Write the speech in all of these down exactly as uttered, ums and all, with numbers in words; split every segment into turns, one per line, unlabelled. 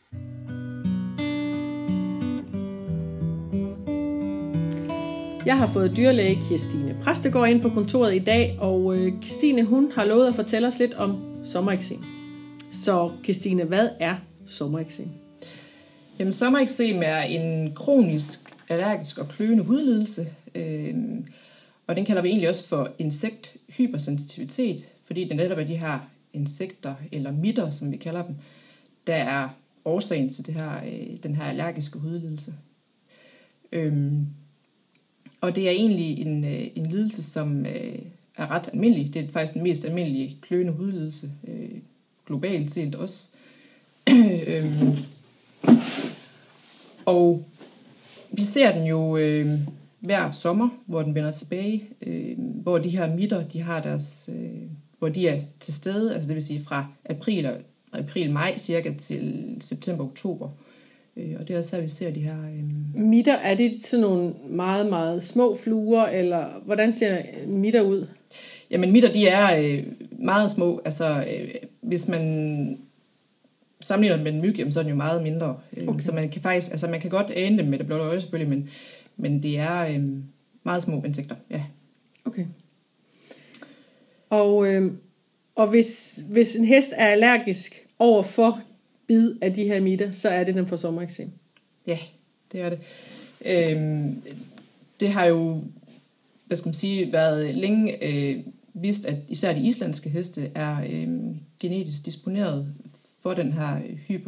Jeg har fået dyrlæge Kirstine Præstegård ind på kontoret i dag, og Kirstine hun har lovet at fortælle os lidt om sommereksem. Så Kirstine, hvad er sommereksem?
Jamen, sommereksem er en kronisk, allergisk og kløende hudlidelse, øh, og den kalder vi egentlig også for insekthypersensitivitet, fordi det netop er de her insekter, eller mitter, som vi kalder dem, der er årsagen til det her, øh, den her allergiske hudlidelse. Øh, og det er egentlig en, øh, en lidelse, som øh, er ret almindelig. Det er faktisk den mest almindelige kløende hudlidelse, øh, globalt set også. øh, Og vi ser den jo øh, hver sommer, hvor den vender tilbage, øh, hvor de her mitter, de har deres, øh, hvor de er til stede, altså det vil sige fra april, april-maj cirka til september-oktober. Øh, og det er også her, vi ser de her... Øh...
Mitter, er det sådan nogle meget, meget små fluer, eller hvordan ser mitter ud?
Jamen mitter, de er øh, meget små, altså øh, hvis man... sammenligner med en myg, jamen, så er den jo meget mindre. Okay. Så man kan faktisk, altså man kan godt ane dem med det blotte øje selvfølgelig, men, men det er øhm, meget små insekter. Ja.
Okay. Og, øhm, og hvis, hvis en hest er allergisk over for bid af de her mitter, så er det den for sommereksem.
Ja, det er det. Øhm, det har jo, hvad skal man sige, været længe øh, vist, at især de islandske heste er øh, genetisk disponeret for den her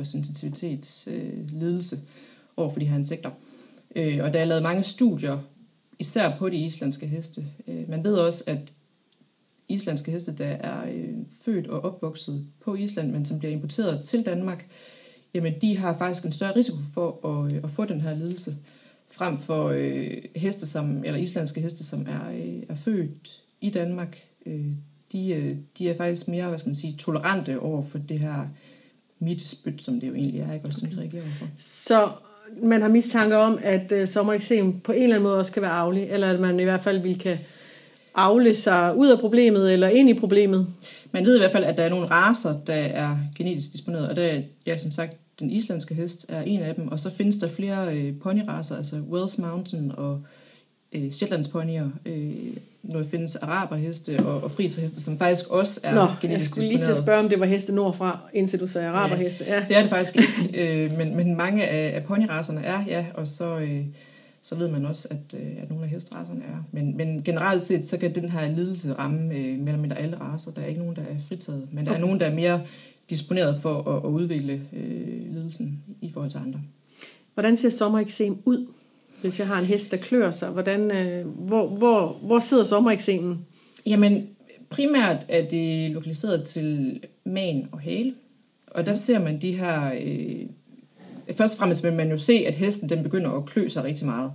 hypersensitivitets-lidelse øh, over for de her insekter. Øh, og der er lavet mange studier, især på de islandske heste. Øh, man ved også, at islandske heste, der er øh, født og opvokset på Island, men som bliver importeret til Danmark, jamen de har faktisk en større risiko for at, øh, at få den her lidelse, frem for øh, heste som, eller islandske heste, som er, øh, er født i Danmark. Øh, de, øh, de er faktisk mere, hvad skal man sige, tolerante over for det her mittespyt, som det jo egentlig er, ikke? Og som de reagerer for.
Så man har mistanke om, at uh, sommereksem på en eller anden måde også kan være arvelig, eller at man i hvert fald vil kan avle sig ud af problemet, eller ind i problemet?
Man ved i hvert fald, at der er nogle racer, der er genetisk disponeret, og der er, ja, som sagt, den islandske hest er en af dem, og så findes der flere øh, ponyracer, altså Wells Mountain og øh, Shetlandsponyer, øh, når der findes araberheste og, og friserheste, som faktisk også er
Nå,
genetisk disponeret.
Jeg skulle lige til at spørge, om det var heste nordfra, indtil du sagde araberheste. Ja,
det er det faktisk ikke, øh, men, men mange af, af ponyracerne er, ja, og så, øh, så ved man også, at, øh, at nogle af hesteracerne er. Men, men generelt set, så kan den her lidelse ramme øh, mellem mindre alle racer. Der er ikke nogen, der er fritaget, men der okay. er nogen, der er mere disponeret for at, at udvikle øh, lidelsen i forhold til andre.
Hvordan ser sommereksem ud? Hvis jeg har en hest, der klør sig, hvordan, øh, hvor, hvor, hvor sidder sommereksemen?
Jamen, primært er det lokaliseret til man og hale. Og der ser man de her... Øh, først og fremmest vil man jo se, at hesten den begynder at klø sig rigtig meget.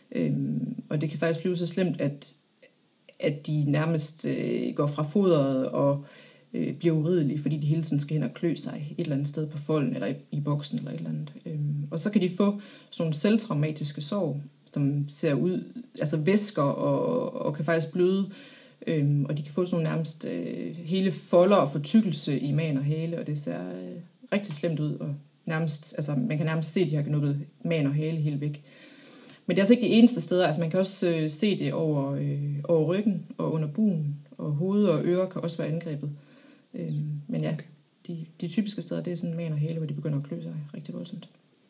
Øhm, og det kan faktisk blive så slemt, at, at de nærmest øh, går fra fodret og øh, bliver uridelige, fordi de hele tiden skal hen og klø sig et eller andet sted på folden, eller i, i boksen, eller et eller andet. Øhm, og så kan de få sådan nogle selvtraumatiske sår, som ser ud, altså væsker, og, og kan faktisk bløde. Øhm, og de kan få sådan nogle nærmest øh, hele folder og fortykkelse i man og hale, og det ser øh, rigtig slemt ud, og nærmest, altså man kan nærmest se, at de har knuppet man og hale helt væk. Men det er altså ikke de eneste steder, altså man kan også øh, se det over, øh, over ryggen og under bugen, og hoved og ører kan også være angrebet. Øhm, men ja, de, de typiske steder, det er sådan man og hale, hvor de begynder at klø sig rigtig voldsomt.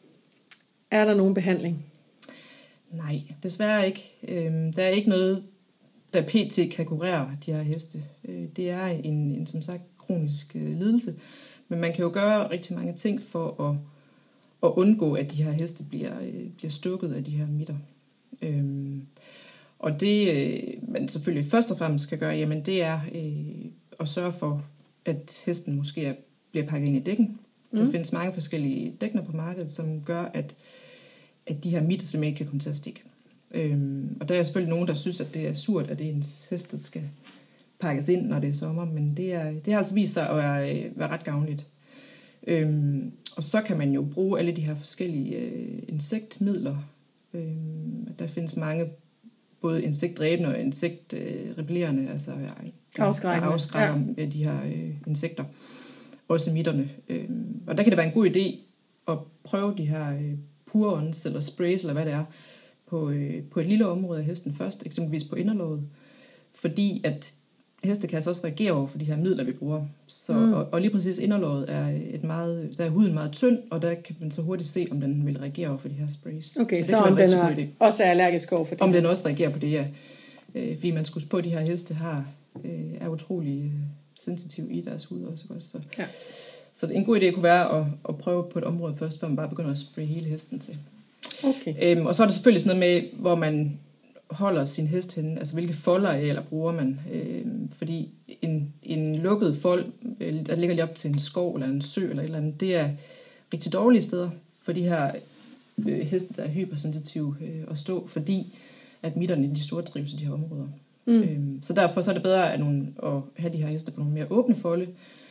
Er der nogen behandling?
Nej, desværre ikke. Øhm, der er ikke noget, der pt. Kan kurere de her heste. Øh, det er en, en, som sagt, kronisk øh, lidelse, men man kan jo gøre rigtig mange ting for at, at undgå, at de her heste bliver, øh, bliver stukket af de her mitter. Øhm, og det, øh, man selvfølgelig først og fremmest skal gøre, jamen det er øh, at sørge for, at hesten måske er, bliver pakket ind i dækken. Mm. Der findes mange forskellige dækner på markedet, som gør, at, at de her mitter simpelthen ikke kan komme til at stikke. Øhm, og der er selvfølgelig nogen, der synes, at det er surt, at det er ens hest, der skal pakkes ind, når det er sommer, men det, er, det har altså vist sig at være, være ret gavnligt. Øhm, og så kan man jo bruge alle de her forskellige øh, insektmidler. Øhm, der findes mange, både insektdræbende og insektrepellerende, øh, altså der afskrækker ja. de her øh, insekter, også mitterne. Øhm, og der kan det være en god idé at prøve de her øh, pour-ons eller sprays, eller hvad det er, på, øh, på et lille område af hesten først, eksempelvis på inderlåget. Fordi at heste kan altså også reagere over for de her midler, vi bruger. Så, mm. og, og lige præcis inderlåret er et meget, der er huden meget tynd, og der kan man så hurtigt se, om den vil reagere over for de her sprays.
Okay, så,
så,
så om den er også er allergisk over for det?
Om den også reagerer på det, ja. Øh, fordi man skulle på, at de her heste har, øh, er utrolig øh, sensitive i deres hud også. også så. Ja. Så en god idé kunne være at, at prøve på et område først, før man bare begynder at spraye hele hesten til.
Okay.
Øhm, og så er der selvfølgelig sådan noget med, hvor man holder sin hest henne, altså hvilke folderarealer bruger man. Øhm, fordi en, en lukket fold, der ligger lige op til en skov eller en sø eller et eller andet, det er rigtig dårlige steder for de her øh, heste, der er hypersensitive øh, at stå, fordi at mitterne de store trives i de her områder. Mm. Øhm, så derfor så er det bedre at, nogle, at have de her heste på nogle mere åbne folde,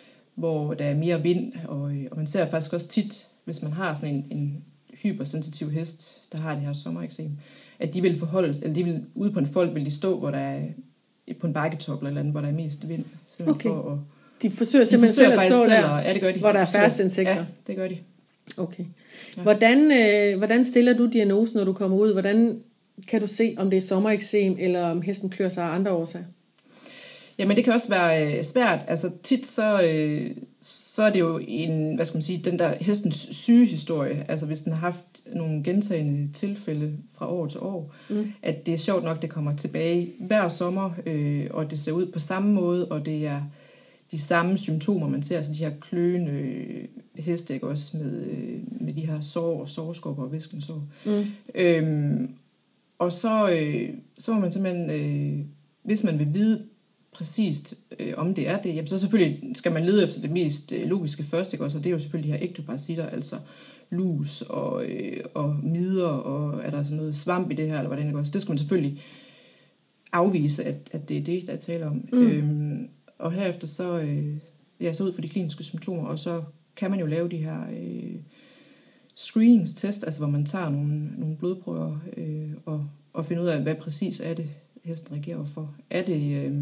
hvor der er mere vind, og, og man ser faktisk også tit, hvis man har sådan en, en hypersensitiv hest, der har det her sommereksem, at de vil forholde, eller de vil ude på en fold, vil de stå, hvor der er på en bakketop eller, eller andet, hvor der er mest vind.
Okay.
For at,
de forsøger simpelthen de forsøger selv at stå der,
ja, det gør de.
hvor der er færrest insekter.
Ja, det gør de.
Okay. Ja. Hvordan, øh, hvordan stiller du diagnosen, når du kommer ud? Hvordan kan du se, om det er sommereksem, eller om hesten klør sig af andre årsager?
Jamen det kan også være svært. Altså tit så, øh, så er det jo en, hvad skal man sige, den der hestens sygehistorie, altså hvis den har haft nogle gentagende tilfælde fra år til år, mm. at det er sjovt nok, det kommer tilbage hver sommer, øh, og det ser ud på samme måde, og det er de samme symptomer, man ser, altså de her kløende øh, heste, ikke også, med, øh, med de her sår og sårskopper og væskensår. Mm. Øhm, og så, øh, så må man simpelthen, øh, hvis man vil vide præcist, øh, om det er det, jamen så selvfølgelig skal man lede efter det mest øh, logiske først, ikke også, og det er jo selvfølgelig de her ektoparasitter, altså lus og, øh, og mider, og er der sådan noget svamp i det her, eller hvordan det går, så det skal man selvfølgelig afvise, at, at det er det, der er tale om. Mm. Øhm, og herefter så, øh, ja, så ud fra de kliniske symptomer, og så kan man jo lave de her øh, screeningstest, altså hvor man tager nogle, nogle blodprøver øh, og, og finder ud af, hvad præcis er det, hesten reagerer for. Er det, øh,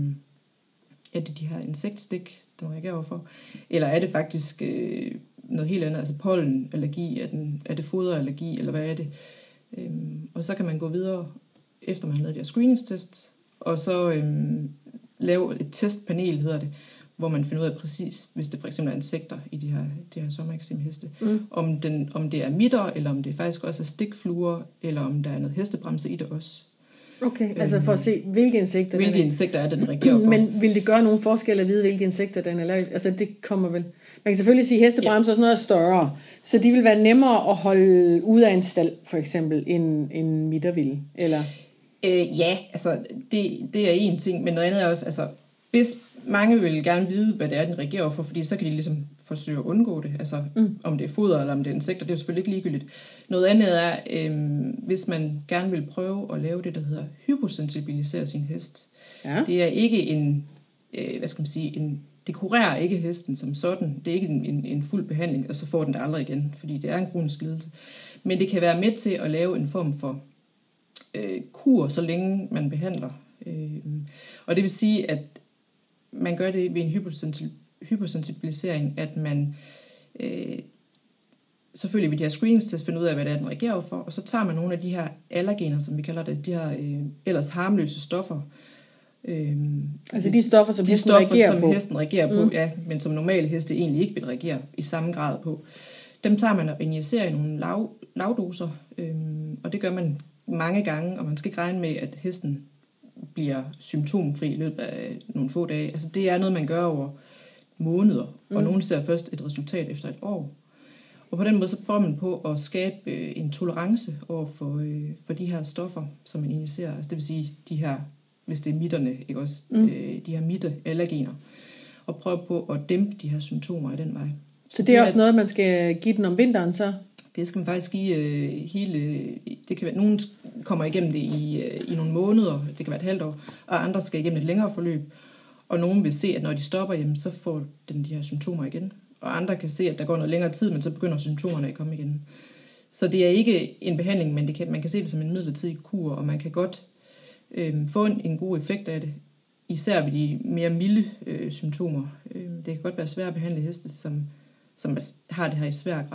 er det de her insektstik, den reagerer for? Eller er det faktisk øh, noget helt andet, altså pollenallergi, er, den, er det foderallergi, eller hvad er det? Øhm, og så kan man gå videre, efter man har lavet de her screeningstests, og så øhm, lave et testpanel, hedder det, hvor man finder ud af præcis, hvis det for eksempel er insekter i de her, de her sommereksemheste, mm. om, den, om det er mitter, eller om det faktisk også er stikfluer, eller om der er noget hestebremse i det også.
Okay, altså for at se, hvilke insekter
hvilke
den er.
insekter er det, den reagerer for.
Men vil det gøre nogen forskel at vide, hvilke insekter den er allergisk? Altså det kommer vel... Man kan selvfølgelig sige, at hestebremser og sådan noget er større, så de vil være nemmere at holde ude af en stald, for eksempel, end en mittervilde, eller...
Øh, ja, altså det, det er en ting, men noget andet er også, altså hvis mange vil gerne vide, hvad det er, den reagerer for, fordi så kan de ligesom forsøge at undgå det, altså mm. om det er foder eller om det er insekter, det er jo selvfølgelig ikke ligegyldigt. Noget andet er, øh, hvis man gerne vil prøve at lave det, der hedder hyposensibilisere sin hest. Ja. Det er ikke en, øh, hvad skal man sige, en, det kurerer ikke hesten som sådan, det er ikke en, en, en fuld behandling, og så får den det aldrig igen, fordi det er en kronisk lidelse. Men det kan være med til at lave en form for øh, kur, så længe man behandler. Øh, og det vil sige, at man gør det ved en hyposensibilisering, at man øh, selvfølgelig ved de her screeningstest finder ud af, hvad det er, den reagerer for, og så tager man nogle af de her allergener, som vi kalder det, de her øh, ellers harmløse stoffer. Øh,
altså de stoffer, som
de
hesten
stoffer,
reagerer
som
på.
hesten reagerer på, mm. ja, men som normale heste egentlig ikke vil reagere i samme grad på. Dem tager man og injicerer i nogle lav, lavdoser, øh, og det gør man mange gange, og man skal ikke regne med, at hesten bliver symptomfri i løbet af nogle få dage. Altså det er noget, man gør over måneder, mm. og nogen ser først et resultat efter et år. Og på den måde så prøver man på at skabe en tolerance over for, øh, for de her stoffer, som man injicerer. Altså det vil sige, de her, hvis det er mitterne, ikke også, mm. øh, de her mitteallergener, og prøve på at dæmpe de her symptomer af den vej.
Så det er også noget, man skal give den om vinteren så?
Det skal man faktisk give øh, hele... Det kan være, nogen kommer igennem det i, øh, i nogle måneder, det kan være et halvt år, og andre skal igennem et længere forløb. Og nogen vil se, at når de stopper, jamen, så får den de her symptomer igen. Og andre kan se, at der går noget længere tid, men så begynder symptomerne at komme igen. Så det er ikke en behandling, men det kan, man kan se det som en midlertidig kur, og man kan godt øh, få en, en god effekt af det. Især ved de mere milde øh, symptomer. Øh, det kan godt være svært at behandle heste, som, som har det her i svær grad.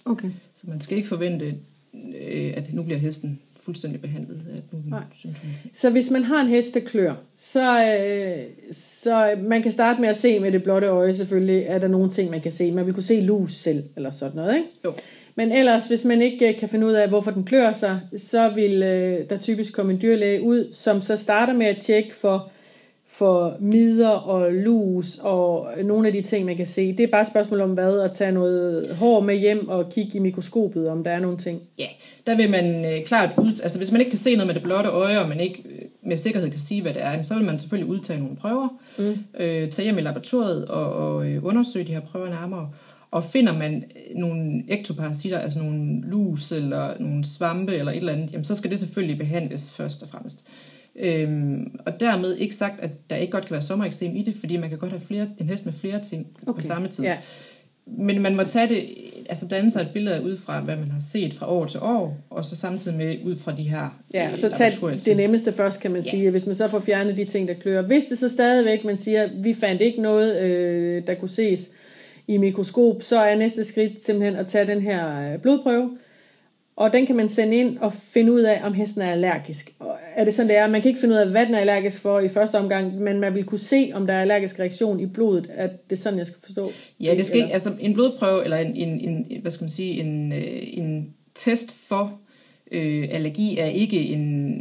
Okay.
Så man skal ikke forvente, øh, at nu bliver hesten fuldstændig behandlet af nogle symptomer.
Så hvis man har en hest, der klør, så, øh, så man kan starte med at se med det blotte øje selvfølgelig, er der nogle ting, man kan se. Man vil kunne se lus selv, eller sådan noget, ikke?
Jo.
Men ellers, hvis man ikke kan finde ud af, hvorfor den klør sig, så vil øh, der typisk komme en dyrlæge ud, som så starter med at tjekke for, for midder og lus og nogle af de ting, man kan se. Det er bare et spørgsmål om hvad, at tage noget hår med hjem og kigge i mikroskopet, om der er nogle ting.
Ja, der vil man øh, klart ud... Altså hvis man ikke kan se noget med det blotte øje, og man ikke øh, med sikkerhed kan sige, hvad det er, så vil man selvfølgelig udtage nogle prøver, mm. øh, tage hjem i laboratoriet og, og øh, undersøge de her prøver nærmere. Og finder man nogle ektoparasitter, altså nogle lus eller nogle svampe eller et eller andet, jamen så skal det selvfølgelig behandles først og fremmest. Øhm, og dermed ikke sagt, at der ikke godt kan være sommereksem i det, fordi man kan godt have flere, en hest med flere ting okay. på samme tid. Ja. Men man må tage det, altså danne sig et billede ud fra, hvad man har set fra år til år, og så samtidig med ud fra de her
ja, og så tage det nemmeste først, kan man ja. sige, hvis man så får fjernet de ting, der klør. Hvis det så stadigvæk, man siger, vi fandt ikke noget, øh, der kunne ses i mikroskop, så er næste skridt simpelthen at tage den her blodprøve, og den kan man sende ind og finde ud af, om hesten er allergisk. Og er det sådan, det er? Man kan ikke finde ud af, hvad den er allergisk for i første omgang, men man vil kunne se, om der er allergisk reaktion i blodet. Er det sådan, jeg skal forstå?
Ja, det skal ikke, altså en blodprøve, eller en, en, en, hvad skal man sige, en, en test for øh, allergi er ikke en,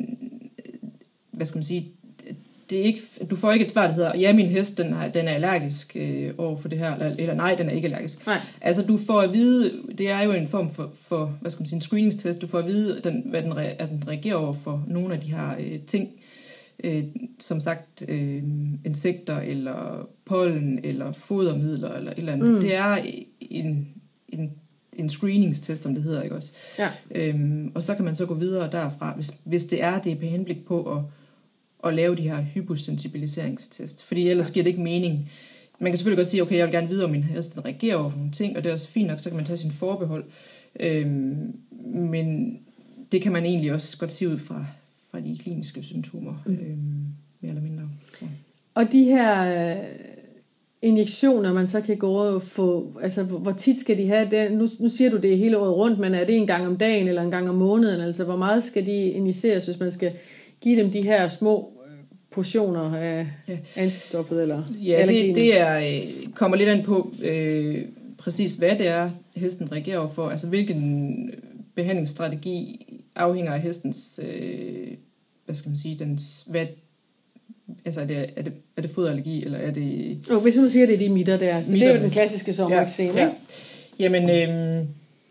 hvad skal man sige, det er ikke, du får ikke et svar, der hedder, ja, min hest, den, har, den er allergisk øh, over for det her, eller, eller nej, den er ikke allergisk.
Nej.
Altså, du får at vide, det er jo en form for, for hvad skal man sige, en screeningstest, du får at vide, den, hvad den, at den reagerer over for nogle af de her øh, ting, øh, som sagt, øh, insekter, eller pollen, eller fodermidler, eller et eller andet. Mm. Det er en, en, en screeningstest, som det hedder, ikke også?
Ja.
Øhm, og så kan man så gå videre derfra, hvis, hvis det er det på henblik på at og lave de her hyposensibiliseringstest. Fordi ellers ja. giver det ikke mening. Man kan selvfølgelig godt sige, okay, jeg vil gerne vide, om min hest reagerer over for nogle ting, og det er også fint nok, så kan man tage sin forbehold. Øhm, men det kan man egentlig også godt se ud fra, fra de kliniske symptomer, mm. øhm, mere eller mindre. Så.
Og de her øh, injektioner, man så kan gå og få, altså hvor tit skal de have det? Nu, nu siger du det hele året rundt, men er det en gang om dagen, eller en gang om måneden? Altså hvor meget skal de injiceres, hvis man skal give dem de her små portioner af ja. antistoffet eller
ja, det, det er, kommer lidt an på øh, præcis hvad det er, hesten reagerer over for. Altså hvilken behandlingsstrategi afhænger af hestens, øh, hvad skal man sige, dens, hvad, altså er det, er det, er det foderallergi, eller er det...
Oh, hvis du siger, det er de midter der, så midter. Det er jo den klassiske sommereksem, ja, ja.
Jamen, øh,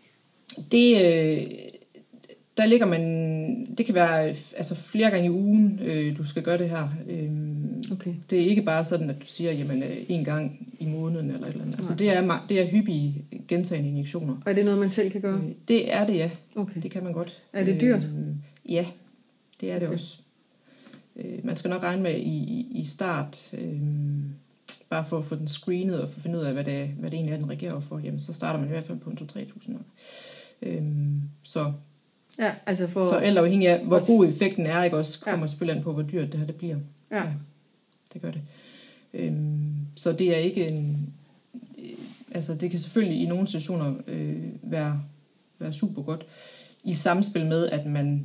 det... Øh, der ligger man, det kan være altså flere gange i ugen, øh, du skal gøre det her. Øhm,
okay.
Det er ikke bare sådan, at du siger, jamen øh, en gang i måneden eller et eller andet. Altså det er, det er hyppige gentagende injektioner.
Og er det noget, man selv kan gøre? Øh,
det er det, ja.
Okay.
Det kan man godt.
Er det dyrt?
Øh, ja, det er det okay. også. Øh, man skal nok regne med i, i start, øh, bare for at få den screenet og for at finde ud af, hvad det, hvad det egentlig er, den reagerer for, jamen så starter man i hvert fald på en to til tre tusind nok. Øh, så...
Ja, altså for...
Så alt afhængig af, hvor god effekten er, ikke også, kommer ja. selvfølgelig an på, hvor dyrt det her det bliver.
Ja. ja
det gør det. Øhm, så det er ikke en... Øh, altså, det kan selvfølgelig i nogle situationer øh, være, være super godt, i samspil med, at man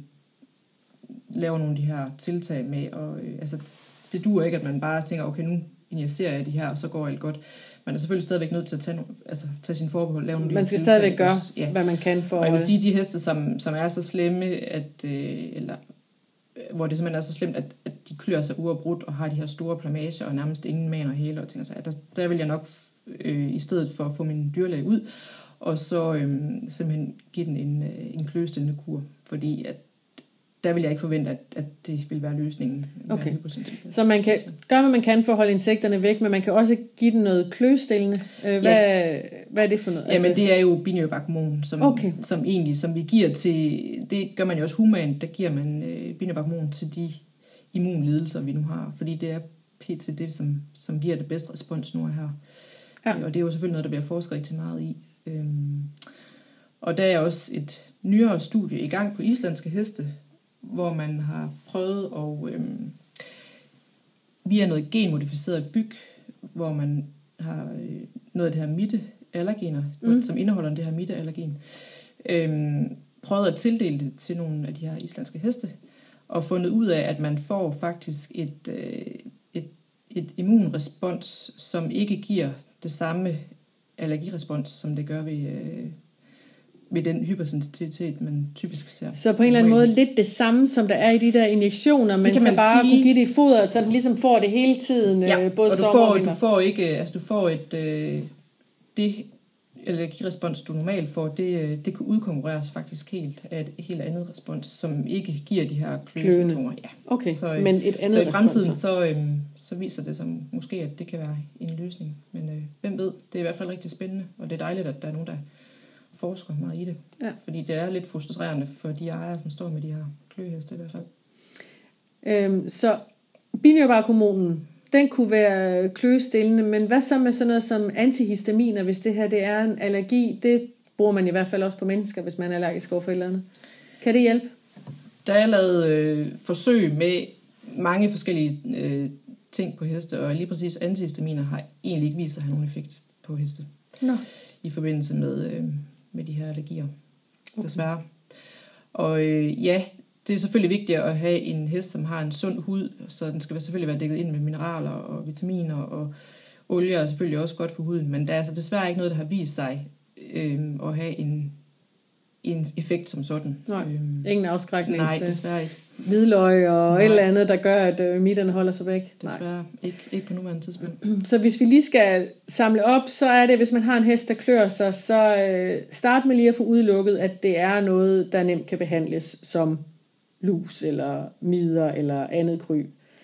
laver nogle af de her tiltag med, og øh, altså, det duer ikke, at man bare tænker, okay, nu injicerer jeg de her, og så går alt godt. Man er selvfølgelig stadigvæk nødt til at tage, altså, tage sin forbehold, lave nogle
man skal stadigvæk gøre, ja. hvad man kan for...
Og jeg vil sige, de heste, som, som er så slemme, at, øh, eller, hvor det simpelthen er så slemt, at, at de klør sig uafbrudt, og har de her store plamager, og nærmest ingen man og hæle, og tænker sig, der, der vil jeg nok, øh, i stedet for at få min dyrlæge ud, og så øh, simpelthen give den en, en kløestillende kur, fordi at der vil jeg ikke forvente, at, at det vil være løsningen.
Okay. Så man kan gøre, hvad man kan for at holde insekterne væk, men man kan også give den noget kløestillende. Hvad, ja. hvad er det for noget?
Jamen, det er jo binyrobactermon, som,
okay.
som egentlig, som vi giver til, det gør man jo også humant, der giver man øh, binyrobactermon til de immunlidelser, vi nu har, fordi det er pt. Det, som, som giver det bedste respons nu her. Ja. Og det er jo selvfølgelig noget, der bliver forsket rigtig meget i. Øhm, og der er også et nyere studie i gang på islandske heste, hvor man har prøvet at øhm, via noget genmodificeret byg, hvor man har øh, noget af det her midte allergener, mm. som indeholder det her middeallergen. Øhm, prøvet at tildele det til nogle af de her islandske heste, og fundet ud af, at man får faktisk et, øh, et, et immunrespons, som ikke giver det samme allergirespons, som det gør ved, øh, ved den hypersensitivitet, man typisk ser.
Så på en eller anden måde lidt det samme, som der er i de der injektioner, men så bare sige, kunne give det i foder, så den ligesom får det hele tiden,
ja,
øh, både
og du
sommer
får,
og vinter.
du får ikke, altså du får et, øh, det allergirespons, du normalt får, det, det kan udkonkurreres faktisk helt af et helt andet respons, som ikke giver de her kløesymptomer. Ja.
Okay,
så,
men et andet
så i fremtiden,
respons,
så, øhm, så viser det sig måske, at det kan være en løsning. Men øh, hvem ved, det er i hvert fald rigtig spændende, og det er dejligt, at der er nogen, der forsker meget i det.
Ja.
Fordi det er lidt frustrerende for de ejere, som står med de her kløeheste i hvert fald.
Øhm, så binyrbarkhormonen, den kunne være kløestillende, men hvad så med sådan noget som antihistaminer, hvis det her det er en allergi? Det bruger man i hvert fald også på mennesker, hvis man er allergisk over for et eller andet. Kan det hjælpe?
Der er lavet øh, forsøg med mange forskellige øh, ting på heste, og lige præcis antihistaminer har egentlig ikke vist sig at have nogen effekt på heste.
Nå.
I forbindelse med, øh, med de her allergier, okay. Desværre. Og øh, ja, det er selvfølgelig vigtigt at have en hest, som har en sund hud, så den skal selvfølgelig være dækket ind med mineraler og vitaminer, og olie er selvfølgelig også godt for huden, men der er altså desværre ikke noget, der har vist sig øh, at have en, en effekt som sådan.
Nej,
øh,
ingen afskrækning.
Nej, desværre ikke.
Hvidløg og nej. Et eller andet, der gør, at øh, midderne holder sig væk.
Desværre ikke, ikke på nuværende tidspunkt.
Så hvis vi lige skal samle op, så er det, hvis man har en hest, der klør sig, så øh, start med lige at få udelukket, at det er noget, der nemt kan behandles som lus eller midder eller andet kry.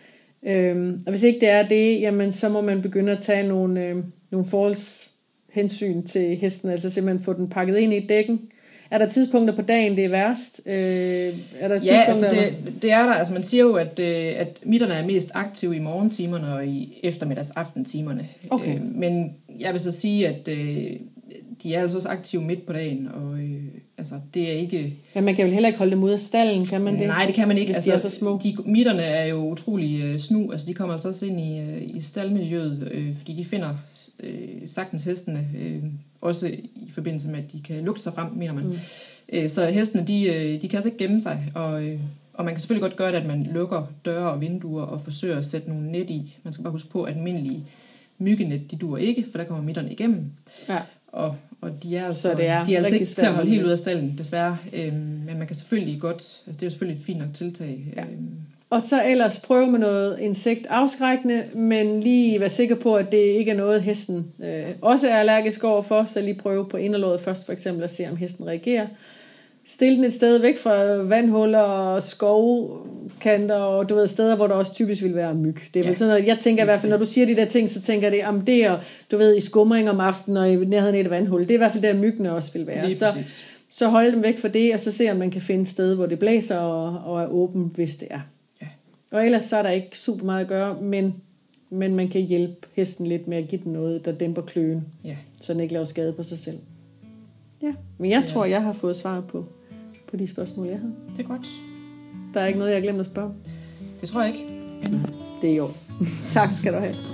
Øhm, og hvis ikke det er det, jamen så må man begynde at tage nogle, øh, nogle forholdshensyn til hesten, altså simpelthen få den pakket ind i et dækken. Er der tidspunkter på dagen, det er værst? Øh, er der
ja, altså det, det er der. Altså man siger jo, at, at midderne er mest aktive i morgentimerne og i eftermiddags aftentimerne.
Okay.
Øh, men jeg vil så sige, at øh, de er altså også aktive midt på dagen, og øh, altså det er ikke...
Ja, man kan vel heller ikke holde dem ud af stallen, kan man det?
Nej, det kan man ikke.
Hvis
altså,
de er så små.
De, midderne er jo utrolig øh, snu, altså de kommer altså også ind i, øh, i staldmiljøet, øh, fordi de finder øh, sagtens hestene, øh, også i forbindelse med, at de kan lugte sig frem, mener man. Mm. Øh, så hestene, de, øh, de kan altså ikke gemme sig, og, øh, og man kan selvfølgelig godt gøre det, at man lukker døre og vinduer og forsøger at sætte nogle net i. Man skal bare huske på, at almindelige myggenet, de duer ikke, for der kommer midderne igennem.
Ja.
Og, og de er altså,
så det er
de er altså ikke til at holde helt ud af stallen, desværre. Øhm, men man kan selvfølgelig godt, altså det er jo selvfølgelig et fint nok tiltag.
Ja.
Øhm.
Og så ellers prøve med noget insekt afskrækkende, men lige være sikker på, at det ikke er noget, hesten øh, også er allergisk overfor, så lige prøve på inderlåret først for eksempel at se, om hesten reagerer. Stil den et sted væk fra vandhuller, skovkanter og du ved, steder, hvor der også typisk vil være myg. Det er ja. Vel sådan noget, jeg tænker i hvert fald, når du siger de der ting, så tænker jeg det, om det er, du ved, i skumring om aftenen og i nærheden af et vandhul. Det er i hvert fald der, myggene også vil være. Så, så hold dem væk fra det, og så se, om man kan finde et sted, hvor det blæser og, og er åbent, hvis det er. Ja. Og ellers så er der ikke super meget at gøre, men, men man kan hjælpe hesten lidt med at give den noget, der dæmper kløen, ja. Så den ikke laver skade på sig selv. Ja, men jeg tror, jeg har fået svar på, på de spørgsmål, jeg har.
Det er godt.
Der er ikke noget, jeg har glemt at spørge.
Det tror jeg ikke.
Det er jo. Tak skal du have.